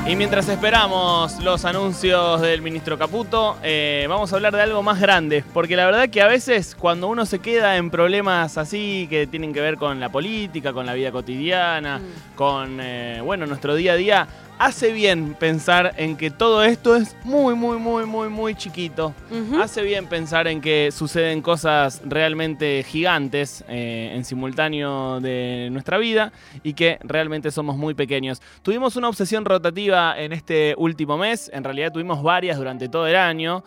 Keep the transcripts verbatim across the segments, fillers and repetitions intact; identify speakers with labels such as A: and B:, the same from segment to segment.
A: Y mientras esperamos los anuncios del ministro Caputo, eh, vamos a hablar de algo más grande, porque la verdad que a veces cuando uno se queda en problemas así que tienen que ver con la política, con la vida cotidiana, mm. con eh, bueno, nuestro día a día, hace bien pensar en que todo esto es muy, muy, muy, muy, muy chiquito. Uh-huh. Hace bien pensar en que suceden cosas realmente gigantes eh, en simultáneo de nuestra vida y que realmente somos muy pequeños. Tuvimos una obsesión rotativa en este último mes. En realidad tuvimos varias durante todo el año.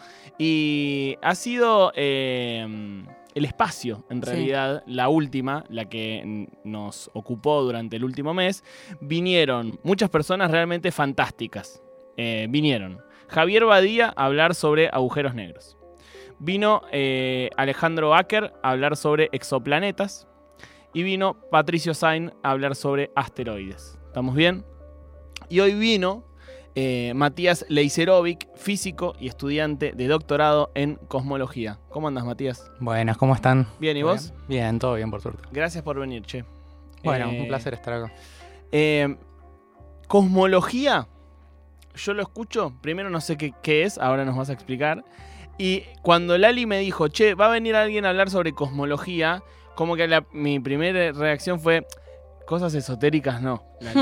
A: Y ha sido... Eh, el espacio, en realidad, sí. La última, la que nos ocupó durante el último mes, vinieron muchas personas realmente fantásticas. Eh, vinieron Javier Badía a hablar sobre agujeros negros. Vino eh, Alejandro Acker a hablar sobre exoplanetas. Y vino Patricio Sainz a hablar sobre asteroides. ¿Estamos bien? Y hoy vino... Eh, Matías Leiserovic, físico y estudiante de doctorado en cosmología. ¿Cómo andas, Matías?
B: Buenas, ¿cómo están?
A: Bien, ¿y vos?
B: Bien, bien, todo bien, por suerte.
A: Gracias por venir, che.
B: Bueno,
A: eh,
B: un placer estar acá.
A: Eh, cosmología, yo lo escucho, primero no sé qué, qué es, ahora nos vas a explicar. Y cuando Lali me dijo, che, va a venir alguien a hablar sobre cosmología, como que la, mi primera reacción fue... Cosas esotéricas no,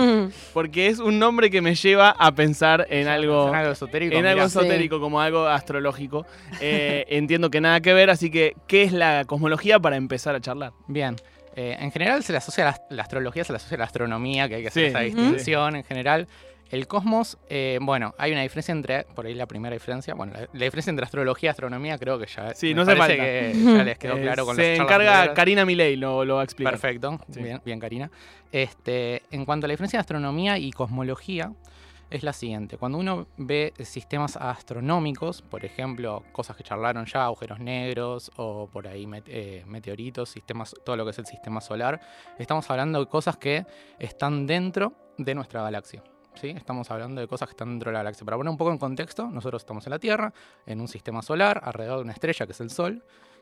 A: porque es un nombre que me lleva a pensar en algo,
B: en algo esotérico,
A: en
B: mira,
A: algo esotérico
B: sí.
A: Como algo astrológico. Eh, entiendo que nada que ver, así que ¿qué es la cosmología para empezar a charlar?
B: Bien, eh, en general se le asocia a la, la astrología, se le asocia a la astronomía, que hay que hacer
A: sí.
B: esa distinción uh-huh. en general. El cosmos, eh, bueno, hay una diferencia entre, por ahí la primera diferencia, bueno, la, la diferencia entre astrología y astronomía creo que ya,
A: sí,
B: me
A: no se
B: parece
A: falta.
B: que ya les quedó claro
A: eh,
B: con
A: Se
B: las
A: encarga
B: anteriores.
A: Karina Milei, lo, lo va a explicar.
B: Perfecto, sí. bien, bien Karina. Este, en cuanto a la diferencia de astronomía y cosmología, es la siguiente. Cuando uno ve sistemas astronómicos, por ejemplo, cosas que charlaron ya, agujeros negros o por ahí met- eh, meteoritos, sistemas, todo lo que es el sistema solar, estamos hablando de cosas que están dentro de nuestra galaxia. ¿Sí? Estamos hablando de cosas que están dentro de la galaxia. Para poner un poco en contexto, nosotros estamos en la Tierra, en un sistema solar, alrededor de una estrella que es el Sol,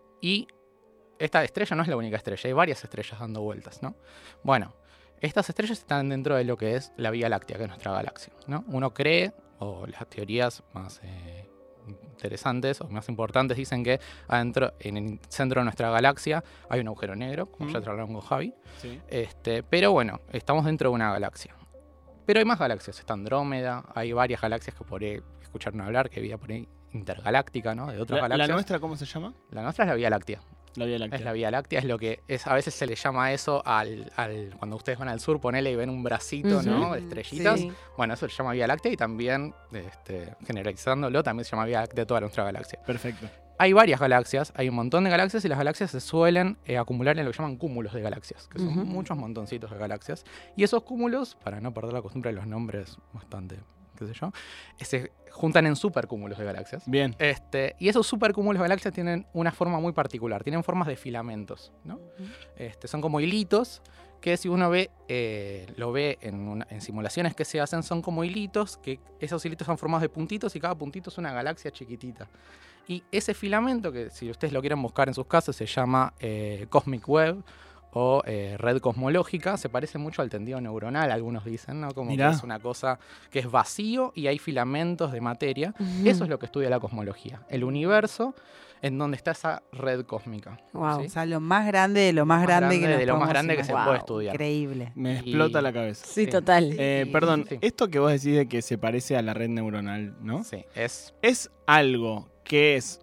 B: y esta estrella no es la única estrella, hay varias estrellas dando vueltas, ¿no? Bueno, estas estrellas están dentro de lo que es la Vía Láctea, que es nuestra galaxia, ¿no? Uno cree, o las teorías más eh, interesantes o más importantes dicen que adentro, en el centro de nuestra galaxia, hay un agujero negro, como mm. ya hablaron con Javi,
A: sí.
B: este, pero bueno, estamos dentro de una galaxia. Pero hay más galaxias, está Andrómeda, hay varias galaxias que por ahí escucharon hablar, que había por ahí intergaláctica, ¿no? De otras
A: la,
B: galaxias.
A: ¿La nuestra cómo se llama?
B: La nuestra es la Vía Láctea.
A: La Vía Láctea.
B: Es la Vía Láctea, es lo que es, a veces se le llama eso al, al cuando ustedes van al sur, ponele y ven un bracito, uh-huh. ¿no? De estrellitas. Sí. Bueno, eso se llama Vía Láctea y también, este, generalizándolo, también se llama Vía Láctea de toda nuestra galaxia.
A: Perfecto.
B: Hay varias galaxias, hay un montón de galaxias y las galaxias se suelen eh, acumular en lo que llaman cúmulos de galaxias, que son uh-huh. muchos montoncitos de galaxias. Y esos cúmulos, para no perder la costumbre de los nombres bastante, qué sé yo, se juntan en supercúmulos de galaxias.
A: Bien.
B: Este, y esos supercúmulos de galaxias tienen una forma muy particular, tienen formas de filamentos, ¿no? Uh-huh. Este, son como hilitos que si uno ve, eh, lo ve en, una, en simulaciones que se hacen, son como hilitos, que esos hilitos son formados de puntitos y cada puntito es una galaxia chiquitita. Y ese filamento, que si ustedes lo quieren buscar en sus casas, se llama eh, Cosmic Web o eh, red cosmológica, se parece mucho al tendido neuronal, algunos dicen, ¿no? Como Mirá. que es una cosa que es vacío y hay filamentos de materia. Uh-huh. Eso es lo que estudia la cosmología, el universo en donde está esa red cósmica.
C: Wow,
B: ¿sí?
C: O sea, lo más grande de lo más, más grande,
B: grande
C: que
B: de lo más grande
C: imaginar.
B: que se
C: wow,
B: puede estudiar.
C: Increíble.
A: Me
B: y...
A: explota la cabeza.
D: Sí, sí. total.
A: Eh, perdón, sí. esto que vos decís de que se parece a la red neuronal, ¿no?
B: Sí, es...
A: ¿Es algo que es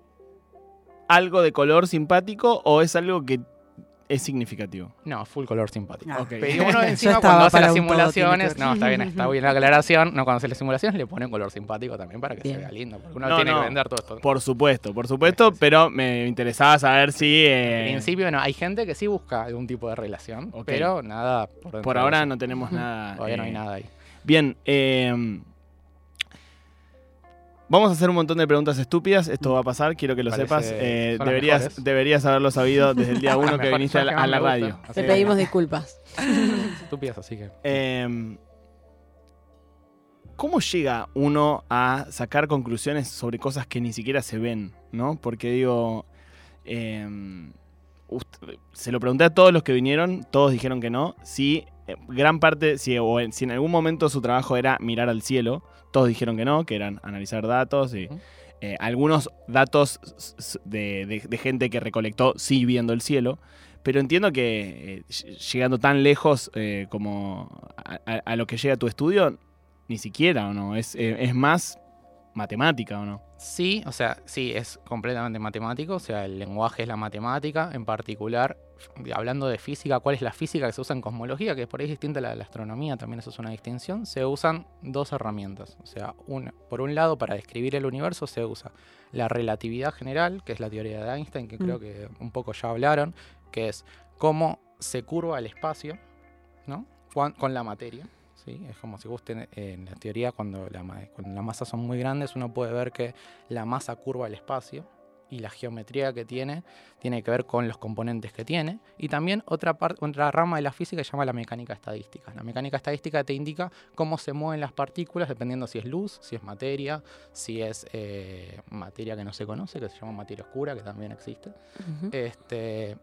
A: algo de color simpático o es algo que es significativo?
B: No, full color simpático.
A: Ah, okay.
B: Pero uno encima cuando hace las simulaciones, no, está bien, está bien la aclaración, no, cuando hace las simulaciones le ponen color simpático también para que bien. se vea lindo, porque uno no, tiene no, que vender todo esto.
A: Por supuesto, por supuesto, sí, sí. pero me interesaba saber si... Eh...
B: En principio no, hay gente que sí busca algún tipo de relación, okay. pero nada...
A: Por, por ahora no tenemos nada...
B: Todavía
A: eh...
B: no hay nada ahí.
A: Bien, eh... vamos a hacer un montón de preguntas estúpidas. Esto va a pasar, quiero que lo
B: Parece,
A: sepas. Eh, deberías, deberías haberlo sabido desde el día uno que viniste a la, a la radio.
D: Te pedimos disculpas.
B: Estúpidas, así que...
A: Eh, ¿Cómo llega uno a sacar conclusiones sobre cosas que ni siquiera se ven, ¿no? Porque digo... Eh, usted, se lo pregunté a todos los que vinieron, todos dijeron que no. Si gran parte, si, o en, si en algún momento su trabajo era mirar al cielo, todos dijeron que no, que eran analizar datos y... Eh, algunos datos de, de, de gente que recolectó sí viendo el cielo, pero entiendo que eh, llegando tan lejos eh, como a, a, a lo que llega tu estudio, ni siquiera, ¿o no? Es, eh, es más matemática, ¿o no?
B: Sí, o sea, sí, es completamente matemático, o sea, el lenguaje es la matemática, en particular, hablando de física, ¿cuál es la física que se usa en cosmología? Que por ahí es distinta a la de la astronomía, también eso es una distinción. Se usan dos herramientas, o sea, una, por un lado, para describir el universo se usa la relatividad general, que es la teoría de Einstein, que mm. creo que un poco ya hablaron, que es cómo se curva el espacio, ¿no? Con, con la materia. ¿Sí? Es como si gusten en la teoría, cuando, la, cuando las masas son muy grandes, uno puede ver que la masa curva el espacio y la geometría que tiene tiene que ver con los componentes que tiene. Y también otra, parte, otra rama de la física se llama la mecánica estadística. La mecánica estadística te indica cómo se mueven las partículas dependiendo si es luz, si es materia, si es eh, materia que no se conoce, que se llama materia oscura, que también existe. Uh-huh. Este...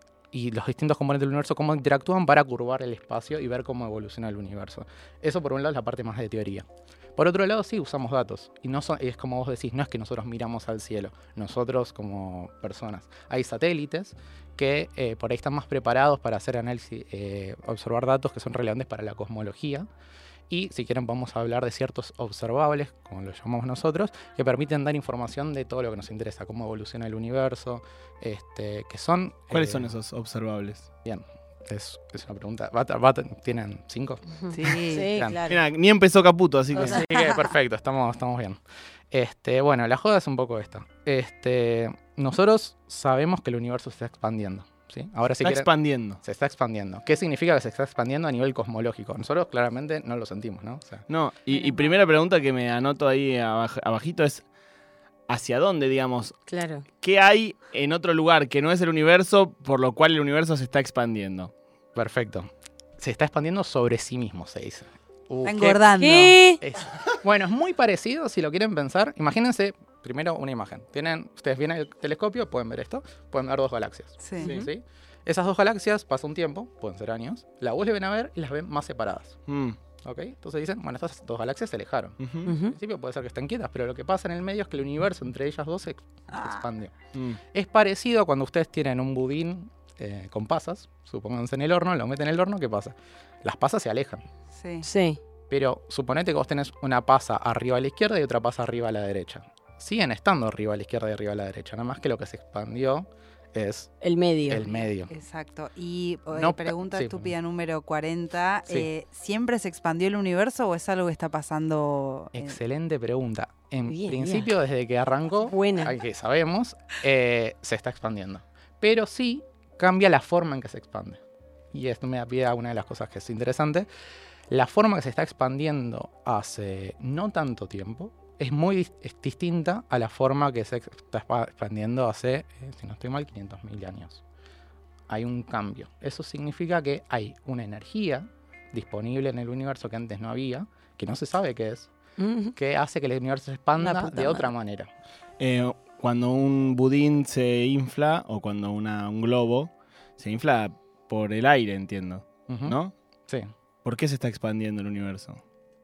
B: y los distintos componentes del universo, cómo interactúan para curvar el espacio y ver cómo evoluciona el universo. Eso por un lado es la parte más de teoría. Por otro lado sí usamos datos, y no son, es como vos decís, no es que nosotros miramos al cielo, nosotros como personas. Hay satélites que eh, por ahí están más preparados para hacer análisis, eh, observar datos que son relevantes para la cosmología. Y si quieren vamos a hablar de ciertos observables, como lo llamamos nosotros, que permiten dar información de todo lo que nos interesa, cómo evoluciona el universo, este, que son...
A: ¿Cuáles
B: eh,
A: son esos observables?
B: Bien, es, es una pregunta. ¿Va, va, ¿Tienen cinco?
C: Sí,
D: sí, claro.
A: Mira, ni empezó Caputo, así que...
B: Así que perfecto, estamos, estamos bien. Este, bueno, la joda es un poco esta. Este, nosotros sabemos que el universo se está expandiendo. ¿Sí? Ahora, si
A: está
B: quieren,
A: expandiendo.
B: Se está expandiendo. ¿Qué significa que se está expandiendo a nivel cosmológico? Nosotros claramente no lo sentimos, ¿no? O sea,
A: no, y, y primera pregunta que me anoto ahí abaj- abajito es ¿hacia dónde, digamos?
D: Claro.
A: ¿Qué hay en otro lugar que no es el universo, por lo cual el universo se está expandiendo?
B: Perfecto. Se está expandiendo sobre sí mismo, se dice.
C: Uh, está engordando.
D: ¿Qué?
B: Es, bueno, es muy parecido, si lo quieren pensar. Imagínense... Primero, una imagen. Tienen, ustedes vienen el telescopio, pueden ver esto, pueden ver dos galaxias.
C: Sí.
B: ¿Sí? ¿Sí? Esas dos galaxias, pasa un tiempo, pueden ser años, la vos le ven a ver y las ven más separadas.
A: Mm.
B: ¿Ok? Entonces dicen, bueno, estas dos galaxias se alejaron.
A: Uh-huh.
B: Uh-huh. En principio puede ser que estén quietas, pero lo que pasa en el medio es que el universo entre ellas dos se, ex- ah. se expandió. Mm. Es parecido a cuando ustedes tienen un budín eh, con pasas, supónganse en el horno, lo meten en el horno, ¿qué pasa? Las pasas se alejan.
C: Sí.
D: Sí.
B: Pero suponete que vos tenés una pasa arriba a la izquierda y otra pasa arriba a la derecha. Siguen estando arriba a la izquierda y arriba a la derecha, nada más que lo que se expandió es
D: el medio.
B: El medio.
C: Exacto. Y eh,
B: no,
C: pregunta
B: sí,
C: estúpida número cuarenta,
B: sí.
C: eh, ¿siempre se expandió el universo o es algo que está pasando?
B: En... Excelente pregunta. En
D: bien,
B: principio, bien. Desde que arrancó,
D: Buena.
B: que sabemos, eh, se está expandiendo. Pero sí cambia la forma en que se expande. Y esto me da pie a una de las cosas que es interesante. La forma que se está expandiendo hace no tanto tiempo es muy es distinta a la forma que se está expandiendo hace, eh, si no estoy mal, quinientos mil años. Hay un cambio. Eso significa que hay una energía disponible en el universo que antes no había, que no se sabe qué es, mm-hmm. que hace que el universo se expanda de madre. otra manera.
A: Eh, cuando un budín se infla, o cuando una, un globo se infla por el aire, entiendo, uh-huh. ¿no?
B: Sí.
A: ¿Por qué se está expandiendo el universo?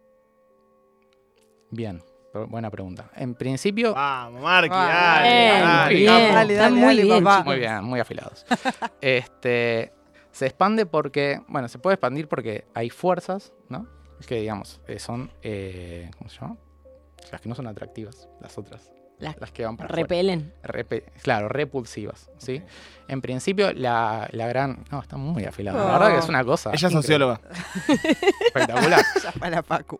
B: Bien. Buena pregunta. En principio...
A: Vamos, Marqui,
D: ah,
A: dale,
D: bien,
A: dale,
D: bien.
A: dale,
C: dale,
D: Están
C: dale,
D: muy
C: dale,
D: bien,
C: papá.
B: Muy bien, muy afilados. este, se expande porque... Bueno, se puede expandir porque hay fuerzas, ¿no? Que, digamos, eh, son... Eh, ¿Cómo se llama? Las que no son atractivas, las otras.
D: Las,
B: las que van para
D: repelen.
B: Repe, claro, repulsivas, ¿sí? Okay. En principio, la, la gran... No, está muy afilado.
C: Oh.
B: La verdad que es una cosa...
A: Ella es socióloga.
B: Espectacular.
C: Ya para Pacu.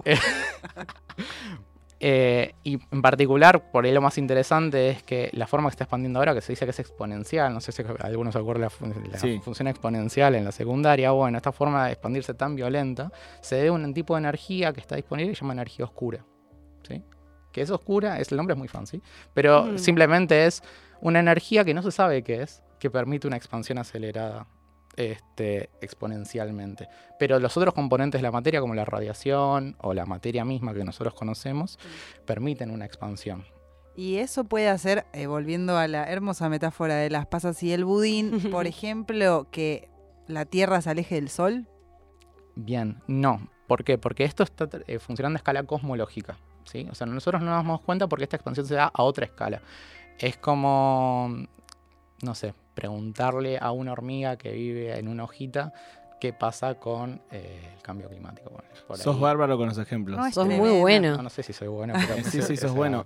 B: Eh, y en particular, por ahí lo más interesante es que la forma que está expandiendo ahora, que se dice que es exponencial, no sé si algunos se acuerdan de la, fun- la sí. función exponencial en la secundaria, bueno, esta forma de expandirse tan violenta se debe a un tipo de energía que está disponible y se llama energía oscura, ¿sí? Que es oscura, es, el nombre es muy fancy, pero mm. simplemente es una energía que no se sabe qué es, que permite una expansión acelerada Este, exponencialmente. Pero los otros componentes de la materia, como la radiación o la materia misma que nosotros conocemos, mm. permiten una expansión.
C: Y eso puede hacer, eh, volviendo a la hermosa metáfora de las pasas y el budín, por ejemplo, que la Tierra se aleje del Sol.
B: Bien, no. ¿Por qué? Porque esto está eh, funcionando a escala cosmológica. ¿sí? O sea, nosotros no nos damos cuenta porque esta expansión se da a otra escala. Es como, no sé, preguntarle a una hormiga que vive en una hojita qué pasa con eh, el cambio climático. Por, por
A: sos
B: ahí.
A: bárbaro con los ejemplos.
C: No, es
D: Sos muy
C: tremendo.
D: bueno.
B: No, no sé si soy bueno. Pero
A: Eh,
B: me
A: sí,
B: sé
A: sí,
B: que
A: sos
B: sea-
A: bueno.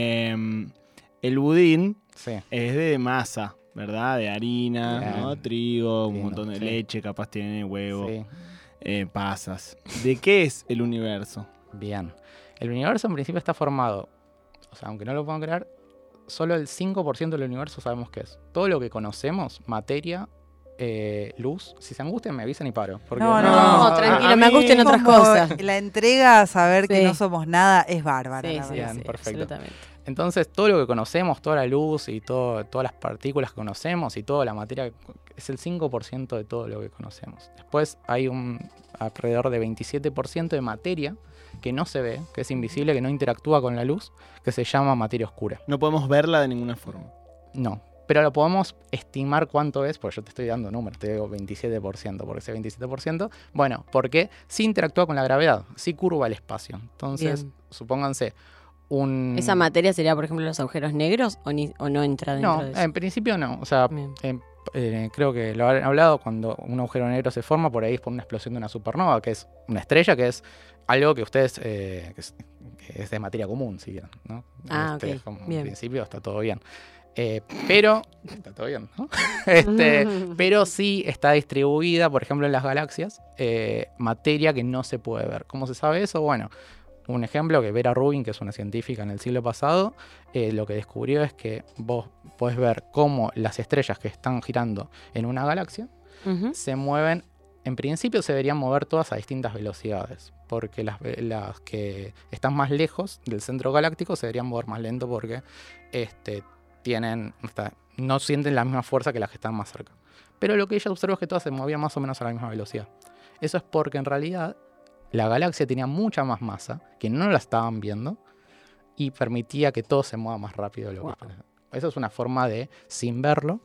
A: Eh, el budín
B: Sí.
A: es de masa, ¿verdad? De harina,
B: Bien.
A: ¿no? Trigo, un
B: Lindo,
A: montón de
B: sí.
A: leche, capaz tiene huevo,
B: Sí.
A: eh, pasas. ¿De qué es el universo?
B: Bien. El universo en principio está formado, o sea, aunque no lo puedan creer, solo el cinco por ciento del universo sabemos qué es. Todo lo que conocemos, materia, eh, luz, si se angustian me avisan y paro. Porque
C: No,
D: No,
C: No,
D: tranquilo,
A: a
D: me
A: mí
D: angustian otras
C: Como
D: cosas.
C: la entrega a saber que
D: Sí.
C: no somos nada es bárbara.
D: Sí,
C: la
D: sí,
C: verdad.
B: Bien,
D: sí,
B: perfecto.
D: absolutamente.
B: Entonces, todo lo que conocemos, toda la luz y todo, todas las partículas que conocemos y toda la materia es el cinco por ciento de todo lo que conocemos. Después hay un alrededor de veintisiete por ciento de materia que no se ve, que es invisible, que no interactúa con la luz, que se llama materia oscura.
A: No podemos verla de ninguna forma.
B: No, pero lo podemos estimar cuánto es, porque yo te estoy dando números, te digo veintisiete por ciento, porque ese veintisiete por ciento, bueno, porque sí interactúa con la gravedad, sí curva el espacio. Entonces,
D: Bien.
B: supónganse un...
D: ¿Esa materia sería, por ejemplo, los agujeros negros o, ni, o no entra dentro
B: No,
D: de eso?
B: en principio no, o sea,
D: Bien.
B: eh, eh, creo que lo han hablado, cuando un agujero negro se forma, por ahí es por una explosión de una supernova, que es una estrella, que es algo que ustedes, eh, que, es, que es de materia común, si quieren, ¿no?
D: Ah,
B: Este,
D: ok,
B: como en
D: bien.
B: principio está todo bien. Eh, pero, está todo bien, ¿no? este, pero sí está distribuida, por ejemplo, en las galaxias, eh, materia que no se puede ver. ¿Cómo se sabe eso? Bueno, un ejemplo que Vera Rubin, que es una científica en el siglo pasado, eh, lo que descubrió es que vos podés ver cómo las estrellas que están girando en una galaxia
D: Ujú.
B: se mueven, en principio se deberían mover todas a distintas velocidades, porque las, ve- las que están más lejos del centro galáctico se deberían mover más lento porque este, tienen, o sea, no sienten la misma fuerza que las que están más cerca. Pero lo que ella observó es que todas se movían más o menos a la misma velocidad. Eso es porque en realidad la galaxia tenía mucha más masa, que no la estaban viendo, y permitía que todo se mueva más rápido de lo
D: Wow.
B: que esperaba. Eso es una forma de, sin verlo,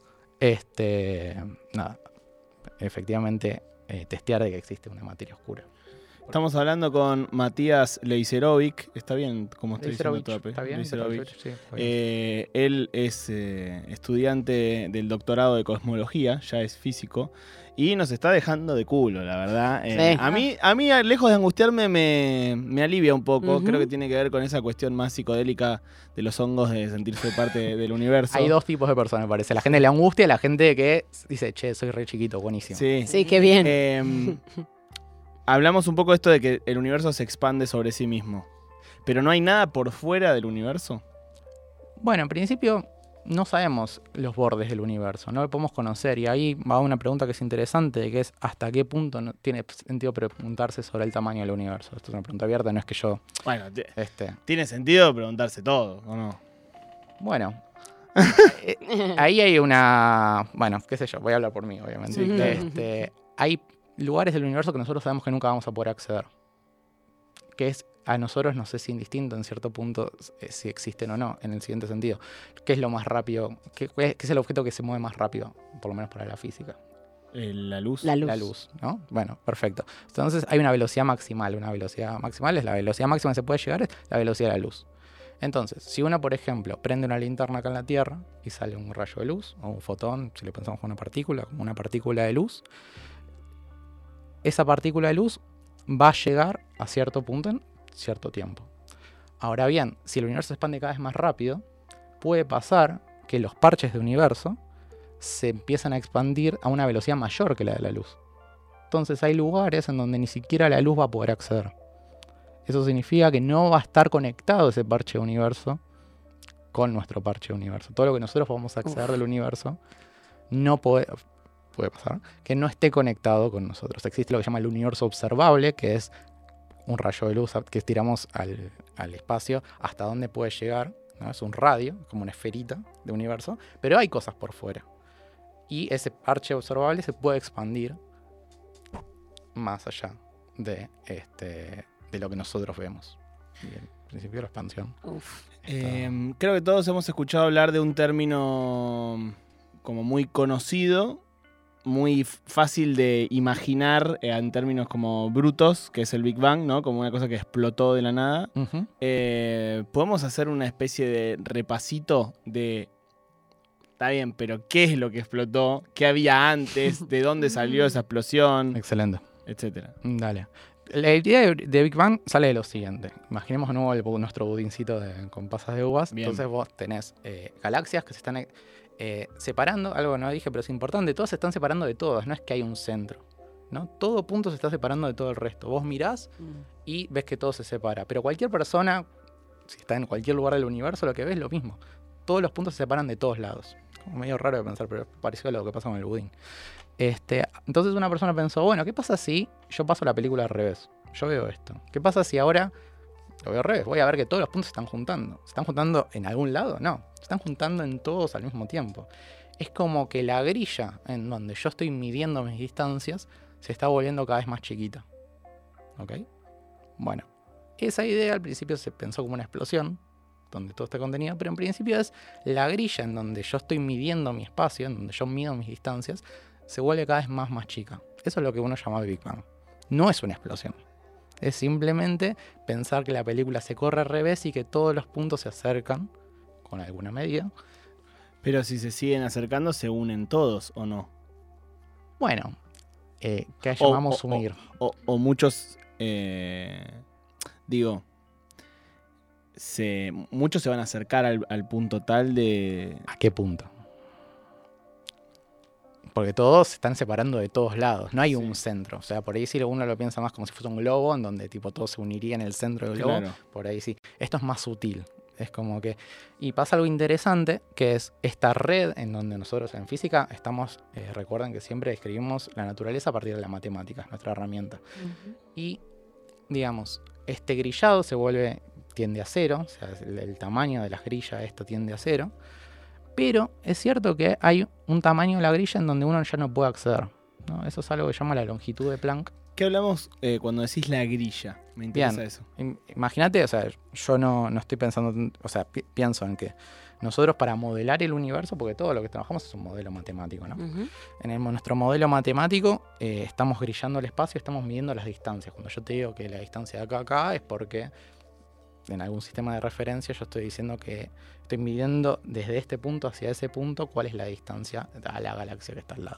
B: este, nada, efectivamente eh, testear de que existe una materia oscura.
A: Estamos hablando con Matías Leiserovic. ¿Está bien como estoy diciendo
B: Leiserovich,
A: tu apellido?
B: ¿está bien?
A: Leiserovich.
B: Sí, está bien.
A: Eh, él es eh, estudiante del doctorado de cosmología, ya es físico, y nos está dejando de culo, la verdad. Eh,
D: Sí.
A: a, mí, a mí, lejos de angustiarme, me, me alivia un poco.
D: Ujú.
A: Creo que tiene que ver con esa cuestión más psicodélica de los hongos, de sentirse parte del universo.
B: Hay dos tipos de personas, me parece. La gente de la angustia y la gente que dice, che, soy re chiquito, buenísimo.
A: Sí.
D: Sí, qué bien.
A: Eh, hablamos un poco de esto de que el universo se expande sobre sí mismo. Pero no hay nada por fuera del universo.
B: Bueno, en principio no sabemos los bordes del universo, no lo podemos conocer. Y ahí va una pregunta que es interesante, que es hasta qué punto no tiene sentido preguntarse sobre el tamaño del universo. Esto es una pregunta abierta, no es que yo...
A: Bueno, t-
B: Este,
A: tiene sentido preguntarse todo, ¿o no?
B: bueno, eh, ahí hay una... Bueno, qué sé yo, voy a hablar por mí, obviamente.
A: Sí, claro.
B: Este, hay lugares del universo que nosotros sabemos que nunca vamos a poder acceder. Que es a nosotros, no sé si indistinto en cierto punto, eh, si existen o no, en el siguiente sentido. ¿Qué es lo más rápido? ¿Qué, qué es el objeto que se mueve más rápido? Por lo menos para la física.
A: Eh, la luz.
D: La luz.
B: La luz, ¿no? Bueno, perfecto. Entonces hay una velocidad maximal. Una velocidad maximal es la velocidad máxima que se puede llegar, es la velocidad de la luz. Entonces, si uno, por ejemplo, prende una linterna acá en la Tierra y sale un rayo de luz, o un fotón, si le pensamos como una partícula, como una partícula de luz, esa partícula de luz va a llegar a cierto punto en cierto tiempo. Ahora bien, si el universo se expande cada vez más rápido, puede pasar que los parches de universo se empiezan a expandir a una velocidad mayor que la de la luz. Entonces hay lugares en donde ni siquiera la luz va a poder acceder. Eso significa que no va a estar conectado ese parche de universo con nuestro parche de universo. Todo lo que nosotros podamos acceder
D: Uf.
B: del universo no puede, puede pasar que no esté conectado con nosotros. Existe lo que se llama el universo observable, que es un rayo de luz que estiramos al, al espacio hasta donde puede llegar, ¿no? Es un radio, como una esferita de universo, pero hay cosas por fuera. Y ese parche observable se puede expandir más allá de, este, de lo que nosotros vemos. Y en principio la expansión.
D: Uf.
A: Eh, creo que todos hemos escuchado hablar de un término como muy conocido, muy f- fácil de imaginar eh, en términos como brutos, que es el Big Bang, ¿no? Como una cosa que explotó de la nada.
B: Ujú.
A: Eh, ¿Podemos hacer una especie de repasito de... Está bien, pero ¿qué es lo que explotó? ¿Qué había antes? ¿De dónde salió esa explosión?
B: Excelente.
A: Etcétera.
B: Dale. La idea de, de Big Bang sale de lo siguiente. Imaginemos de nuevo el, nuestro budincito de, con pasas de uvas.
A: Bien.
B: Entonces vos tenés eh, galaxias que se están eh, separando. Algo que no dije, pero es importante. Todas se están separando de todas. No es que hay un centro, ¿no? Todo punto se está separando de todo el resto. Vos mirás y ves que todo se separa. Pero cualquier persona, si está en cualquier lugar del universo, lo que ve es lo mismo. Todos los puntos se separan de todos lados. Como medio raro de pensar, pero pareció a lo que pasa con el budín. Este, entonces una persona pensó, bueno, ¿qué pasa si yo paso la película al revés? Yo veo esto. ¿Qué pasa si ahora lo veo al revés? Voy a ver que todos los puntos se están juntando. ¿Se están juntando en algún lado? No. Se están juntando en todos al mismo tiempo. Es como que la grilla en donde yo estoy midiendo mis distancias se está volviendo cada vez más chiquita. ¿Ok? Bueno, esa idea al principio se pensó como una explosión, donde todo está contenido, pero en principio es la grilla en donde yo estoy midiendo mi espacio, en donde yo mido mis distancias, se vuelve cada vez más más chica. Eso es lo que uno llama Big Bang. No es una explosión. Es simplemente pensar que la película se corre al revés y que todos los puntos se acercan con alguna medida.
A: Pero si se siguen acercando, ¿se unen todos o no?
B: Bueno, eh, que
A: O-
B: llamamos
A: o-
B: unir.
A: O, o muchos, eh, digo, se, muchos se van a acercar al, al punto tal de...
B: ¿A qué punto? Porque todos se están separando de todos lados. No hay
A: Sí.
B: un centro. O sea, por ahí sí uno lo piensa más como si fuese un globo, en donde tipo todo se uniría en el centro del globo.
A: Claro.
B: Por ahí sí. Esto es más sutil. Es como que... Y pasa algo interesante, que es esta red en donde nosotros en física estamos... Eh, recuerden que siempre describimos la naturaleza a partir de la matemática, nuestra herramienta. Y, digamos, este grillado se vuelve... tiende a cero. O sea, el, el tamaño de las grillas esto tiende a cero. Pero es cierto que hay un tamaño de la grilla en donde uno ya no puede acceder, ¿no? Eso es algo que se llama la longitud de Planck.
A: ¿Qué hablamos eh, cuando decís la grilla? Me interesa
B: Bien.
A: eso.
B: Im- Imagínate, o sea, yo no, no estoy pensando, o sea, pi- pienso en que nosotros para modelar el universo, porque todo lo que trabajamos es un modelo matemático, ¿no?
D: Ujú.
B: En el- nuestro modelo matemático eh, estamos grillando el espacio, estamos midiendo las distancias. Cuando yo te digo que la distancia de acá a acá es porque en algún sistema de referencia yo estoy diciendo que estoy midiendo desde este punto hacia ese punto cuál es la distancia a la galaxia que está al lado.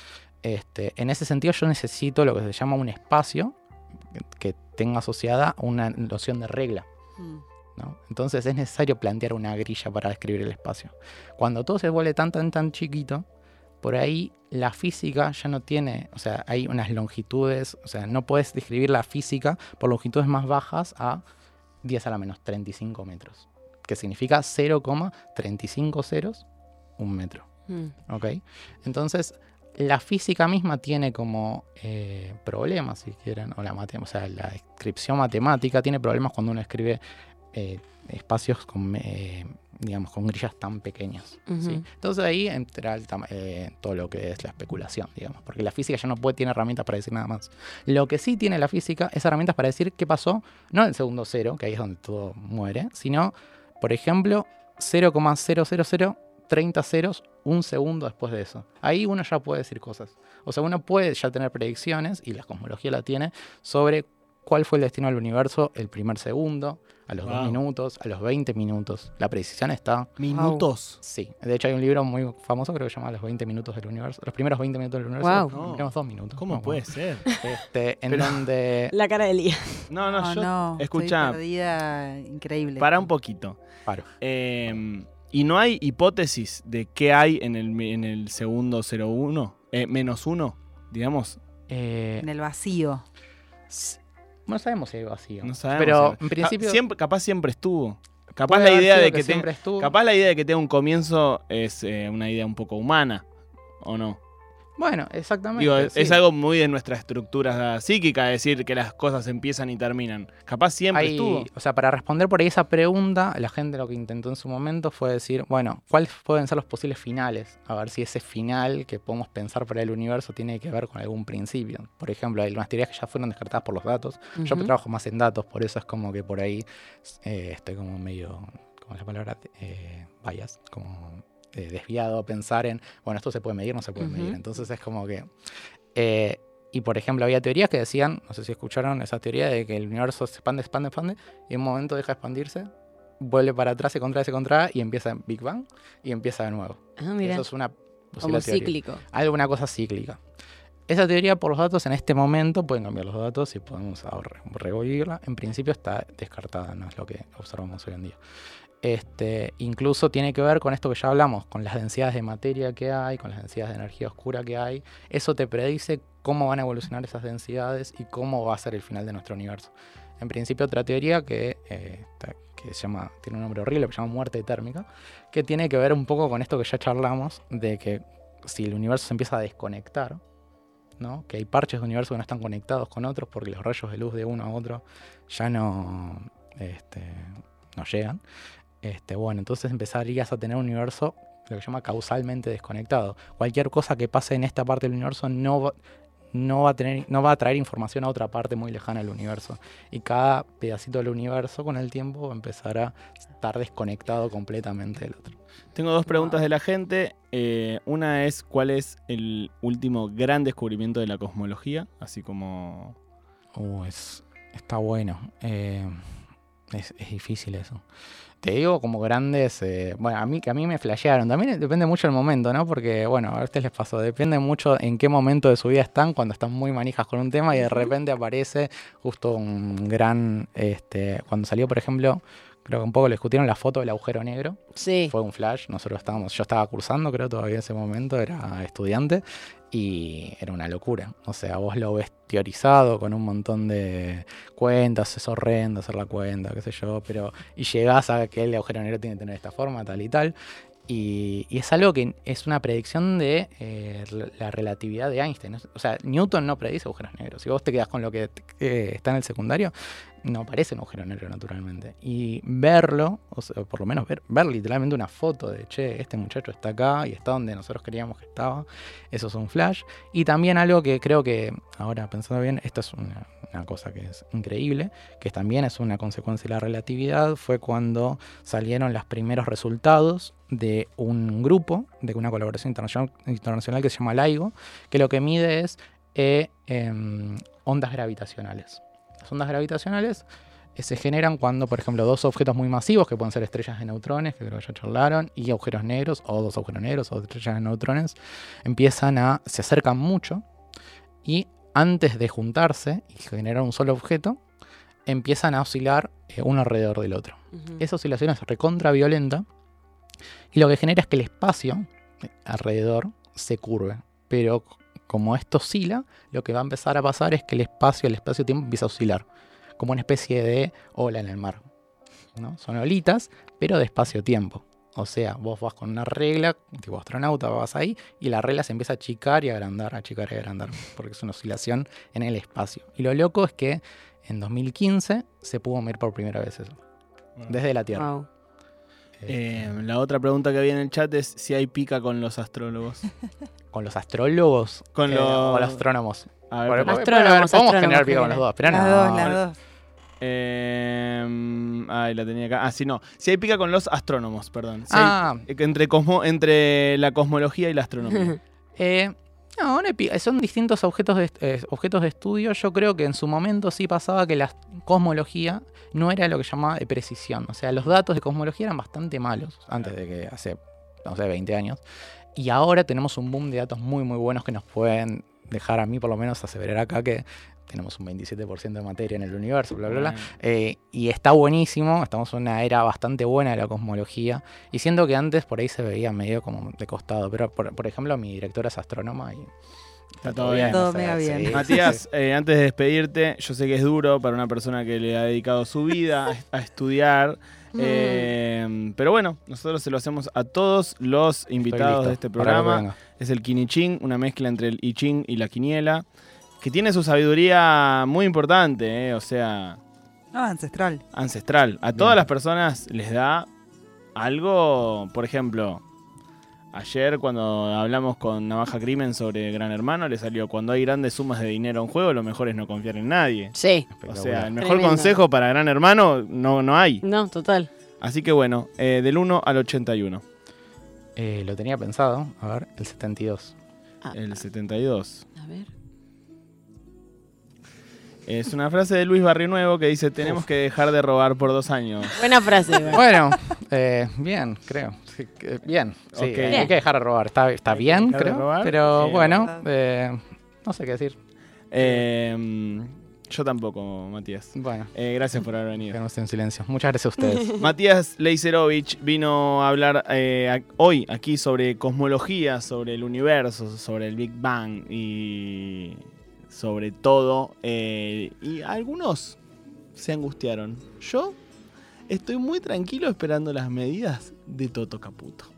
B: Este, en ese sentido yo necesito lo que se llama un espacio que, que tenga asociada una noción de regla,
C: Mm.
B: ¿no? Entonces es necesario plantear una grilla para describir el espacio. Cuando todo se vuelve tan tan tan chiquito, por ahí la física ya no tiene, o sea, hay unas longitudes, o sea, no puedes describir la física por longitudes más bajas a diez a la menos treinta y cinco metros, que significa cero coma treinta y cinco ceros, un metro.
D: Mm.
B: ¿Ok? Entonces, la física misma tiene como eh, problemas, si quieren, o la, mate- o sea, la descripción matemática tiene problemas cuando uno escribe eh, espacios con, eh, digamos, con grillas tan pequeñas. ¿sí?
D: Ujú.
B: Entonces ahí entra el tama- eh, todo lo que es la especulación, digamos, porque la física ya no puede, tiene herramientas para decir nada más. Lo que sí tiene la física es herramientas para decir qué pasó, no en el segundo cero, que ahí es donde todo muere, sino, por ejemplo, cero coma cero cero cero treinta ceros un segundo después de eso. Ahí uno ya puede decir cosas. O sea, uno puede ya tener predicciones, y la cosmología la tiene, sobre cuál fue el destino del universo el primer segundo, a los
A: Wow.
B: dos minutos, a los veinte minutos. La precisión está...
A: Minutos.
B: Sí. De hecho, hay un libro muy famoso, creo que se llama Los veinte minutos del universo. Los primeros veinte minutos del universo.
D: Wow.
B: Los primeros dos minutos.
A: ¿Cómo
B: no,
A: puede
B: bueno.
A: ser?
B: Este, en
A: Pero-
B: donde...
D: La cara de Lía.
A: No, no,
C: No,
A: yo...
C: no,
A: escuchá,
C: estoy perdida, increíble.
A: para un poquito.
B: Paro.
A: Eh, ¿Y no hay hipótesis de qué hay en el, en el segundo cero uno? Eh, menos uno, digamos.
B: Eh,
C: En el vacío.
B: s- no sabemos si hay vacío.
A: No sabemos.
B: Pero
A: si-
B: en principio...
A: Ca- siempre, capaz siempre estuvo. Capaz
B: puede
A: la
B: haber
A: idea
B: sido
A: de que, tenga-
B: siempre estuvo.
A: capaz la idea de que tenga un comienzo es eh, una idea un poco humana, ¿o no?
B: Bueno, exactamente.
A: Digo, es,
B: sí.
A: es algo muy de nuestra estructura psíquica decir que las cosas empiezan y terminan. Capaz siempre
B: Hay-
A: estuvo.
B: O sea, para responder por ahí esa pregunta, la gente lo que intentó en su momento fue decir, bueno, ¿cuáles pueden ser los posibles finales? A ver si ese final que podemos pensar para el universo tiene que ver con algún principio. Por ejemplo, hay unas teorías que ya fueron descartadas por los datos. Yo
D: Ujú.
B: trabajo más en datos, por eso es como que por ahí eh, estoy como medio, ¿cómo es la palabra? Eh, bias, como eh, desviado pensar en, bueno, esto se puede medir, no se puede
D: Ujú.
B: medir. Entonces es como que... eh, y por ejemplo, había teorías que decían, no sé si escucharon esa teoría de que el universo se expande, expande, expande, y en un momento deja de expandirse, vuelve para atrás, se contrae, se contrae, y empieza en Big Bang, y empieza de nuevo.
D: Ah, mira,
B: Eso es una
D: como
B: posible teoría.
D: cíclico.
B: Alguna cosa cíclica. Esa teoría por los datos en este momento, pueden cambiar los datos y podemos ahora revivirla. En principio está descartada, no es lo que observamos hoy en día. Este, incluso tiene que ver con esto que ya hablamos, con las densidades de materia que hay, con las densidades de energía oscura que hay. Eso te predice cómo van a evolucionar esas densidades y cómo va a ser el final de nuestro universo. En principio, otra teoría que, eh, que se llama, tiene un nombre horrible, que se llama muerte térmica, que tiene que ver un poco con esto que ya charlamos, de que si el universo se empieza a desconectar, ¿no? Que hay parches de universo que no están conectados con otros porque los rayos de luz de uno a otro ya no, este, no llegan. Este, bueno, entonces empezarías a tener un universo, lo que se llama causalmente desconectado. Cualquier cosa que pase en esta parte del universo no va, no va a tener, no va a traer información a otra parte muy lejana del universo. Y cada pedacito del universo con el tiempo va a empezar a estar desconectado completamente del otro.
A: Tengo dos preguntas de la gente. Eh, una es, ¿cuál es el último gran descubrimiento de la cosmología? Así como...
B: Uh, es, está bueno. Eh, es, es difícil eso. Te digo como grandes, eh, bueno, a mí que a mí me flashearon. También depende mucho del momento, ¿no? Porque, bueno, a ustedes les pasó, depende mucho en qué momento de su vida están, cuando están muy manijas con un tema y de repente aparece justo un gran, este, cuando salió, por ejemplo, creo que un poco lo discutieron, la foto del agujero negro.
D: Sí.
B: Fue un flash, nosotros estábamos, yo estaba cursando, creo, todavía en ese momento, era estudiante, y era una locura. O sea, vos lo ves teorizado con un montón de cuentas, es horrendo hacer la cuenta, qué sé yo, pero y llegás a que el agujero negro tiene que tener esta forma, tal y tal. Y, y es algo que es una predicción de eh, la relatividad de Einstein. O sea, Newton no predice agujeros negros. Si vos te quedás con lo que eh, está en el secundario, no aparece un agujero negro naturalmente. Y verlo, o sea, por lo menos ver, ver literalmente una foto de, che, este muchacho está acá y está donde nosotros queríamos que estaba, eso es un flash. Y también algo que creo que, ahora pensando bien, esto es una, una cosa que es increíble, que también es una consecuencia de la relatividad, fue cuando salieron los primeros resultados de un grupo, de una colaboración internacional, internacional que se llama LIGO, que lo que mide es eh, eh, ondas gravitacionales. Las ondas gravitacionales eh, se generan cuando, por ejemplo, dos objetos muy masivos, que pueden ser estrellas de neutrones, que creo que ya charlaron, y agujeros negros, o dos agujeros negros, o estrellas de neutrones, empiezan a, se acercan mucho, y antes de juntarse y generar un solo objeto, empiezan a oscilar eh, uno alrededor del otro.
D: Ujú.
B: Esa oscilación es recontra violenta, y lo que genera es que el espacio alrededor se curve. Pero como esto oscila, lo que va a empezar a pasar es que el espacio, el espacio-tiempo empieza a oscilar. Como una especie de ola en el mar, ¿no? Son olitas, pero de espacio-tiempo. O sea, vos vas con una regla, tipo astronauta, vas ahí, y la regla se empieza a achicar y agrandar, achicar y agrandar, porque es una oscilación en el espacio. Y lo loco es que en dos mil quince se pudo medir por primera vez eso, desde la Tierra.
D: Wow.
A: Eh, la otra pregunta que había en el chat es si hay pica con los astrólogos.
B: Con los astrólogos
A: Con
B: eh,
A: los-
B: o los astrónomos.
A: A ver,
B: Bueno,
A: pero-
B: puede- puede haber-
D: Astrónomos,
B: podemos
D: astrónomos,
B: generar pica con los
D: general.
B: dos, pero
C: las
B: no.
C: dos, las dos.
A: Eh, ay, la tenía acá. Ah, sí, no. Si hay pica con los astrónomos, perdón. Si
B: Ah,
A: hay- entre, cosmo, entre la cosmología y la astronomía.
B: eh, no, no hay pica. Son distintos objetos de, eh, objetos de estudio. Yo creo que en su momento sí pasaba que la cosmología no era lo que llamaba de precisión. O sea, los datos de cosmología eran bastante malos antes de que hace, no sé, veinte años. Y ahora tenemos un boom de datos muy, muy buenos que nos pueden dejar, a mí por lo menos, aseverar acá que tenemos un veintisiete por ciento de materia en el universo, bla, bla, bla. Eh, y está buenísimo, estamos en una era bastante buena de la cosmología. Y siento que antes por ahí se veía medio como de costado. Pero, por, por ejemplo, mi directora es astrónoma y
A: Está todo bien.
C: Todo
B: o sea,
C: mega bien.
B: sí,
A: Matías,
B: sí,
A: eh, antes de despedirte, yo sé que es duro para una persona que le ha dedicado su vida a, a estudiar.
D: Mm.
A: eh, pero bueno, nosotros se lo hacemos a todos los
B: estoy
A: invitados
B: listo
A: de este
B: para lo que
A: programa.
B: venga.
A: Es el Quinichín, una mezcla entre el I Ching y la quiniela, que tiene su sabiduría muy importante, eh, o sea,
C: No, ancestral.
A: ancestral. A
B: Bien.
A: todas las personas les da algo, por ejemplo, ayer cuando hablamos con Navaja Crimen sobre Gran Hermano, le salió: cuando hay grandes sumas de dinero en juego, lo mejor es no confiar en nadie.
D: Sí.
A: O sea, el mejor
D: Tremendo.
A: consejo para Gran Hermano no, no hay.
D: No, total.
A: Así que bueno, eh, del uno al ochenta y uno.
B: Eh, lo tenía pensado, a ver, el setenta y dos.
D: Ah,
A: El setenta y dos.
D: a ver.
A: Es una frase de Luis Barrio Nuevo que dice: tenemos
B: Uf.
A: que dejar de robar por dos años.
D: Buena frase. igual.
B: Bueno, eh, bien, creo. Sí, que- bien, sí,
A: Ok.
B: hay
D: Bien.
B: que dejar de robar. Está, está
A: Hay que
B: bien,
A: dejar de
B: creo.
A: robar.
B: Pero
A: Eh,
B: bueno,
C: verdad.
B: eh, no sé qué decir.
A: Eh, yo tampoco, Matías.
B: Bueno,
A: Eh, gracias por haber venido.
B: quedamos en silencio. Muchas gracias a ustedes.
A: Matías Leiserovich vino a hablar eh, a- hoy aquí sobre cosmología, sobre el universo, sobre el Big Bang y sobre todo. eh, y algunos se angustiaron. Yo estoy muy tranquilo esperando las medidas de Toto Caputo.